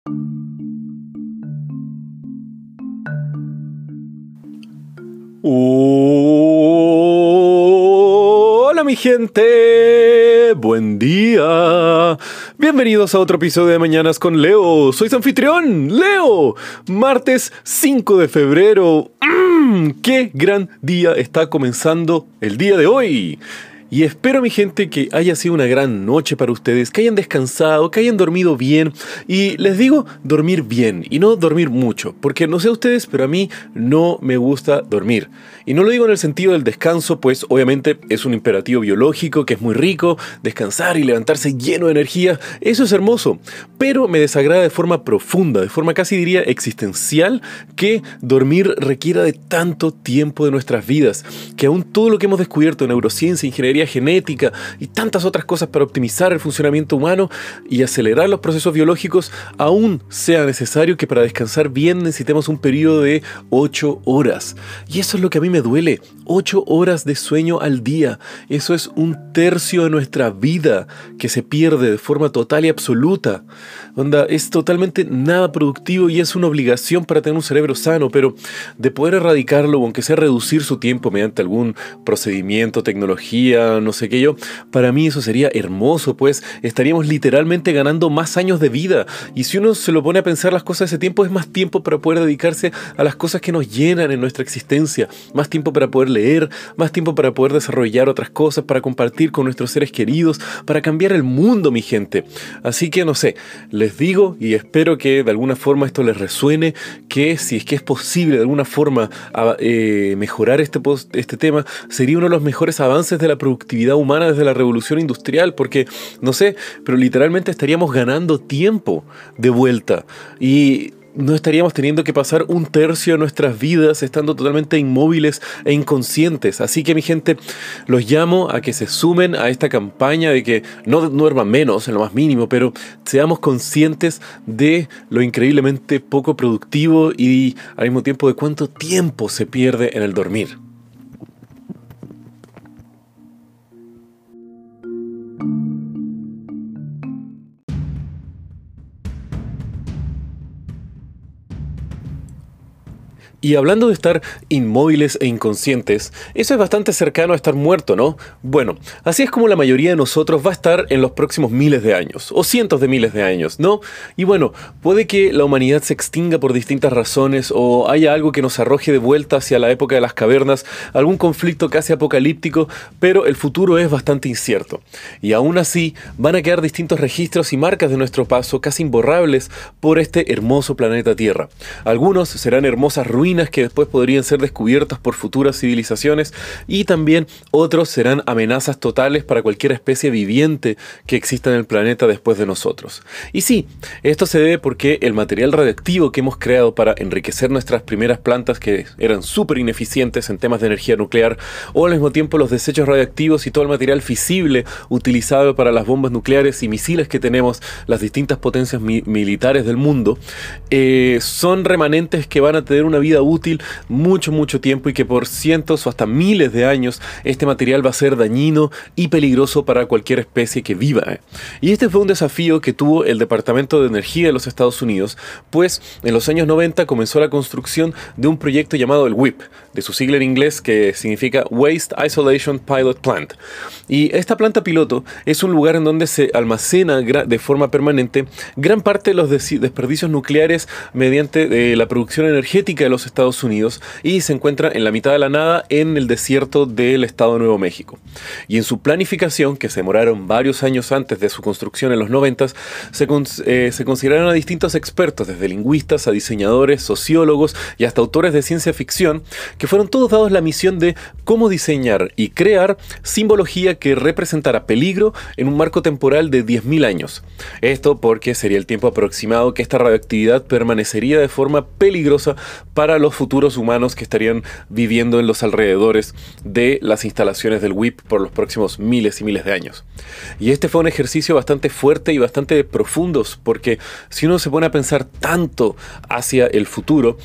Hola mi gente, buen día. Bienvenidos a otro episodio de Mañanas con Leo. Soy su anfitrión, Leo. Martes 5 de febrero. ¡Qué gran día está comenzando el día de hoy! Y espero, mi gente, que haya sido una gran noche para ustedes, que hayan descansado, que hayan dormido bien. Y les digo dormir bien y no dormir mucho, porque no sé ustedes, pero a mí no me gusta dormir. Y no lo digo en el sentido del descanso, pues obviamente es un imperativo biológico que es muy rico, descansar y levantarse lleno de energía, eso es hermoso. Pero me desagrada de forma profunda, de forma casi diría existencial, que dormir requiera de tanto tiempo de nuestras vidas, que aún todo lo que hemos descubierto en neurociencia, ingeniería genética y tantas otras cosas para optimizar el funcionamiento humano y acelerar los procesos biológicos, aún sea necesario que para descansar bien necesitemos un periodo de 8 horas. Y eso es lo que a mí me duele, 8 horas de sueño al día. Eso es un tercio de nuestra vida que se pierde de forma total y absoluta. Es totalmente nada productivo y es una obligación para tener un cerebro sano, pero de poder erradicarlo o aunque sea reducir su tiempo mediante algún procedimiento, tecnología, no sé qué yo, para mí eso sería hermoso, pues estaríamos literalmente ganando más años de vida. Y si uno se lo pone a pensar las cosas, ese tiempo es más tiempo para poder dedicarse a las cosas que nos llenan en nuestra existencia, más tiempo para poder leer, más tiempo para poder desarrollar otras cosas, para compartir con nuestros seres queridos, para cambiar el mundo, mi gente. Así que no sé, les digo y espero que de alguna forma esto les resuene, que si es que es posible de alguna forma mejorar este tema, sería uno de los mejores avances de la productividad humana desde la revolución industrial, porque no sé, pero literalmente estaríamos ganando tiempo de vuelta y no estaríamos teniendo que pasar un tercio de nuestras vidas estando totalmente inmóviles e inconscientes. Así que mi gente, los llamo a que se sumen a esta campaña de que no duerman menos en lo más mínimo, pero seamos conscientes de lo increíblemente poco productivo y al mismo tiempo de cuánto tiempo se pierde en el dormir. Y hablando de estar inmóviles e inconscientes, eso es bastante cercano a estar muerto, ¿no? Bueno, así es como la mayoría de nosotros va a estar en los próximos miles de años, o cientos de miles de años, ¿no? Y bueno, puede que la humanidad se extinga por distintas razones, o haya algo que nos arroje de vuelta hacia la época de las cavernas, algún conflicto casi apocalíptico, pero el futuro es bastante incierto. Y aún así, van a quedar distintos registros y marcas de nuestro paso casi imborrables por este hermoso planeta Tierra. Algunos serán hermosas ruinas que después podrían ser descubiertas por futuras civilizaciones y también otros serán amenazas totales para cualquier especie viviente que exista en el planeta después de nosotros. Y sí, esto se debe porque el material radiactivo que hemos creado para enriquecer nuestras primeras plantas, que eran súper ineficientes en temas de energía nuclear, o al mismo tiempo los desechos radiactivos y todo el material fisible utilizado para las bombas nucleares y misiles que tenemos las distintas potencias militares del mundo, son remanentes que van a tener una vida útil mucho tiempo y que por cientos o hasta miles de años este material va a ser dañino y peligroso para cualquier especie que viva. Y este fue un desafío que tuvo el Departamento de Energía de los Estados Unidos, pues en los años 90 comenzó la construcción de un proyecto llamado el WIPP, de su sigla en inglés que significa Waste Isolation Pilot Plant. Y esta planta piloto es un lugar en donde se almacena de forma permanente gran parte de los desperdicios nucleares mediante la producción energética de los Estados Unidos y se encuentra en la mitad de la nada en el desierto del estado de Nuevo México. Y en su planificación, que se demoraron varios años antes de su construcción en los 90s, se consideraron a distintos expertos, desde lingüistas a diseñadores, sociólogos y hasta autores de ciencia ficción, que fueron todos dados la misión de cómo diseñar y crear simbología que representara peligro en un marco temporal de 10.000 años. Esto porque sería el tiempo aproximado que esta radioactividad permanecería de forma peligrosa para los futuros humanos que estarían viviendo en los alrededores de las instalaciones del WIPP por los próximos miles y miles de años. Y este fue un ejercicio bastante fuerte y bastante profundo, porque si uno se pone a pensar tanto hacia el futuro,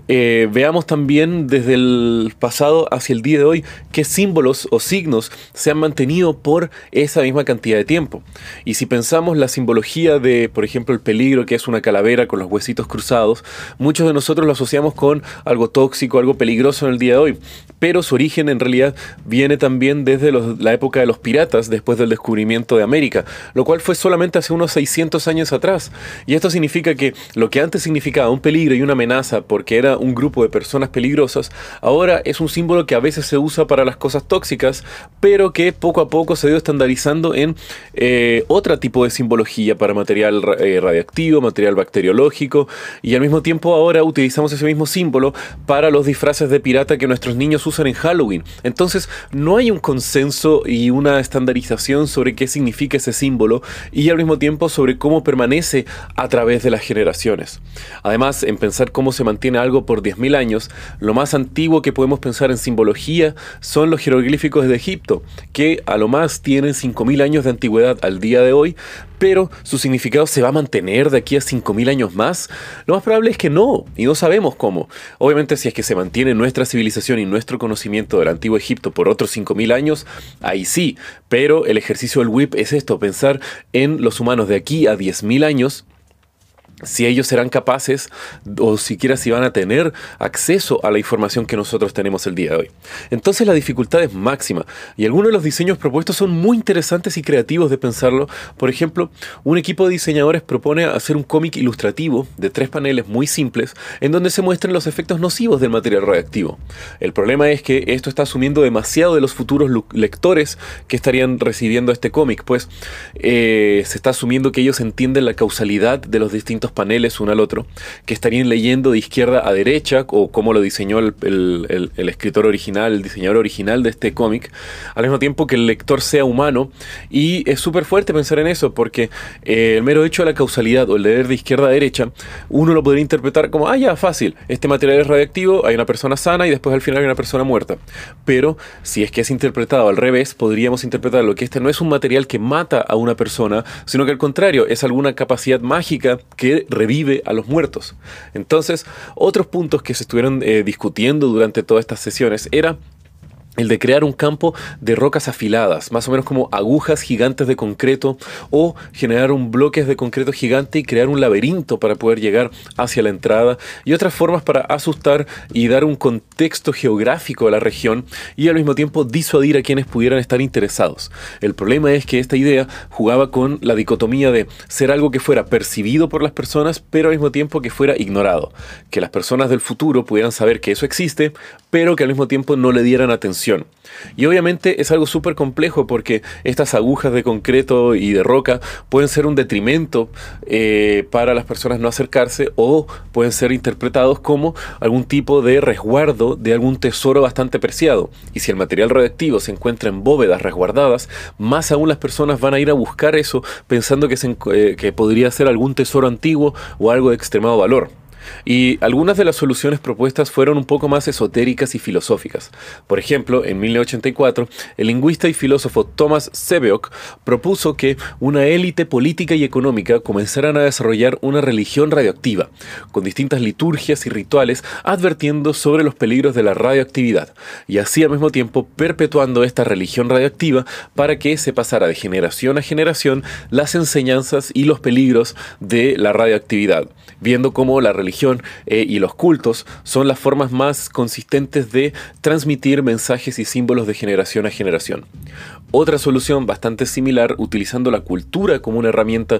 veamos también desde el pasado hacia el día de hoy qué símbolos o signos se han mantenido por esa misma cantidad de tiempo. Y si pensamos la simbología de, por ejemplo, el peligro, que es una calavera con los huesitos cruzados, muchos de nosotros lo asociamos con algo tóxico, algo peligroso en el día de hoy. Pero su origen en realidad viene también desde la época de los piratas, después del descubrimiento de América, lo cual fue solamente hace unos 600 años atrás. Y esto significa que lo que antes significaba un peligro y una amenaza porque era un grupo de personas peligrosas, ahora es un símbolo que a veces se usa para las cosas tóxicas, pero que poco a poco se ha ido estandarizando en otro tipo de simbología para material radiactivo, material bacteriológico, y al mismo tiempo ahora utilizamos ese mismo símbolo para los disfraces de pirata que nuestros niños usan en Halloween. Entonces no hay un consenso y una estandarización sobre qué significa ese símbolo y al mismo tiempo sobre cómo permanece a través de las generaciones. Además, en pensar cómo se mantiene algo por 10.000 años, lo más antiguo que podemos pensar en simbología son los jeroglíficos de Egipto, que a lo más tienen 5.000 años de antigüedad al día de hoy, pero su significado se va a mantener de aquí a 5.000 años más. Lo más probable es que no, y no sabemos cómo. Obviamente, si es que se mantiene nuestra civilización y nuestro conocimiento del antiguo Egipto por otros 5.000 años, ahí sí, pero el ejercicio del WIP es esto, pensar en los humanos de aquí a 10.000 años, si ellos serán capaces o siquiera si van a tener acceso a la información que nosotros tenemos el día de hoy. Entonces la dificultad es máxima y algunos de los diseños propuestos son muy interesantes y creativos de pensarlo. Por ejemplo, un equipo de diseñadores propone hacer un cómic ilustrativo de 3 paneles muy simples en donde se muestren los efectos nocivos del material radiactivo. El problema es que esto está asumiendo demasiado de los futuros lectores que estarían recibiendo este cómic, pues se está asumiendo que ellos entienden la causalidad de los distintos paneles uno al otro, que estarían leyendo de izquierda a derecha, o como lo diseñó el escritor original, el diseñador original de este cómic, al mismo tiempo que el lector sea humano. Y es súper fuerte pensar en eso, porque el mero hecho de la causalidad o el leer de izquierda a derecha, uno lo podría interpretar como, ya, fácil, este material es radiactivo, hay una persona sana y después al final hay una persona muerta. Pero si es que es interpretado al revés, podríamos interpretarlo que este no es un material que mata a una persona, sino que al contrario, es alguna capacidad mágica que revive a los muertos. Entonces, otros puntos que se estuvieron discutiendo durante todas estas sesiones era el de crear un campo de rocas afiladas, más o menos como agujas gigantes de concreto, o generar un bloque de concreto gigante y crear un laberinto para poder llegar hacia la entrada, y otras formas para asustar y dar un contexto geográfico a la región y al mismo tiempo disuadir a quienes pudieran estar interesados. El problema es que esta idea jugaba con la dicotomía de ser algo que fuera percibido por las personas, pero al mismo tiempo que fuera ignorado, que las personas del futuro pudieran saber que eso existe, pero que al mismo tiempo no le dieran atención. Y obviamente es algo súper complejo porque estas agujas de concreto y de roca pueden ser un detrimento para las personas no acercarse, o pueden ser interpretados como algún tipo de resguardo de algún tesoro bastante preciado. Y si el material radiactivo se encuentra en bóvedas resguardadas, más aún las personas van a ir a buscar eso pensando que podría ser algún tesoro antiguo o algo de extremado valor. Y algunas de las soluciones propuestas fueron un poco más esotéricas y filosóficas. Por ejemplo, en 1984, el lingüista y filósofo Thomas Sebeok propuso que una élite política y económica comenzaran a desarrollar una religión radioactiva, con distintas liturgias y rituales advirtiendo sobre los peligros de la radioactividad, y así al mismo tiempo perpetuando esta religión radioactiva para que se pasara de generación a generación las enseñanzas y los peligros de la radioactividad, viendo cómo la religión y los cultos son las formas más consistentes de transmitir mensajes y símbolos de generación a generación. Otra solución bastante similar, utilizando la cultura como una herramienta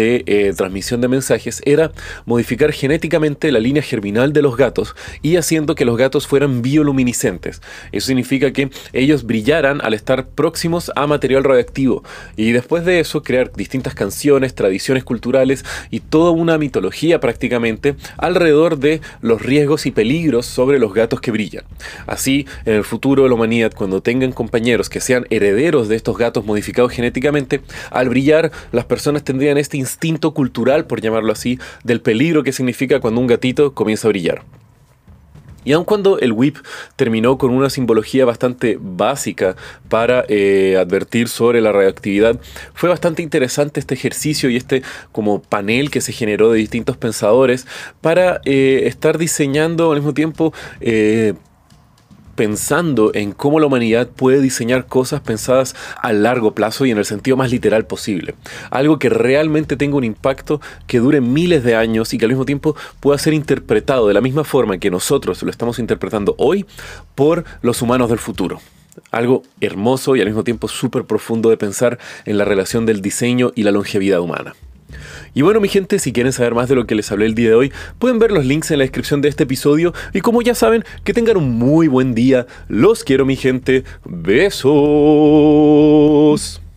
de transmisión de mensajes, era modificar genéticamente la línea germinal de los gatos y haciendo que los gatos fueran bioluminiscentes. Eso significa que ellos brillaran al estar próximos a material radioactivo, y después de eso crear distintas canciones, tradiciones culturales y toda una mitología prácticamente alrededor de los riesgos y peligros sobre los gatos que brillan. Así, en el futuro de la humanidad, cuando tengan compañeros que sean herederos de estos gatos modificados genéticamente, al brillar las personas tendrían este instinto cultural, por llamarlo así, del peligro que significa cuando un gatito comienza a brillar. Y aun cuando el WIP terminó con una simbología bastante básica para advertir sobre la radioactividad, fue bastante interesante este ejercicio y este como panel que se generó de distintos pensadores para estar diseñando al mismo tiempo pensando en cómo la humanidad puede diseñar cosas pensadas a largo plazo y en el sentido más literal posible. Algo que realmente tenga un impacto que dure miles de años y que al mismo tiempo pueda ser interpretado de la misma forma que nosotros lo estamos interpretando hoy por los humanos del futuro. Algo hermoso y al mismo tiempo súper profundo de pensar en la relación del diseño y la longevidad humana. Y bueno, mi gente, si quieren saber más de lo que les hablé el día de hoy, pueden ver los links en la descripción de este episodio. Y como ya saben, que tengan un muy buen día. Los quiero, mi gente. Besos.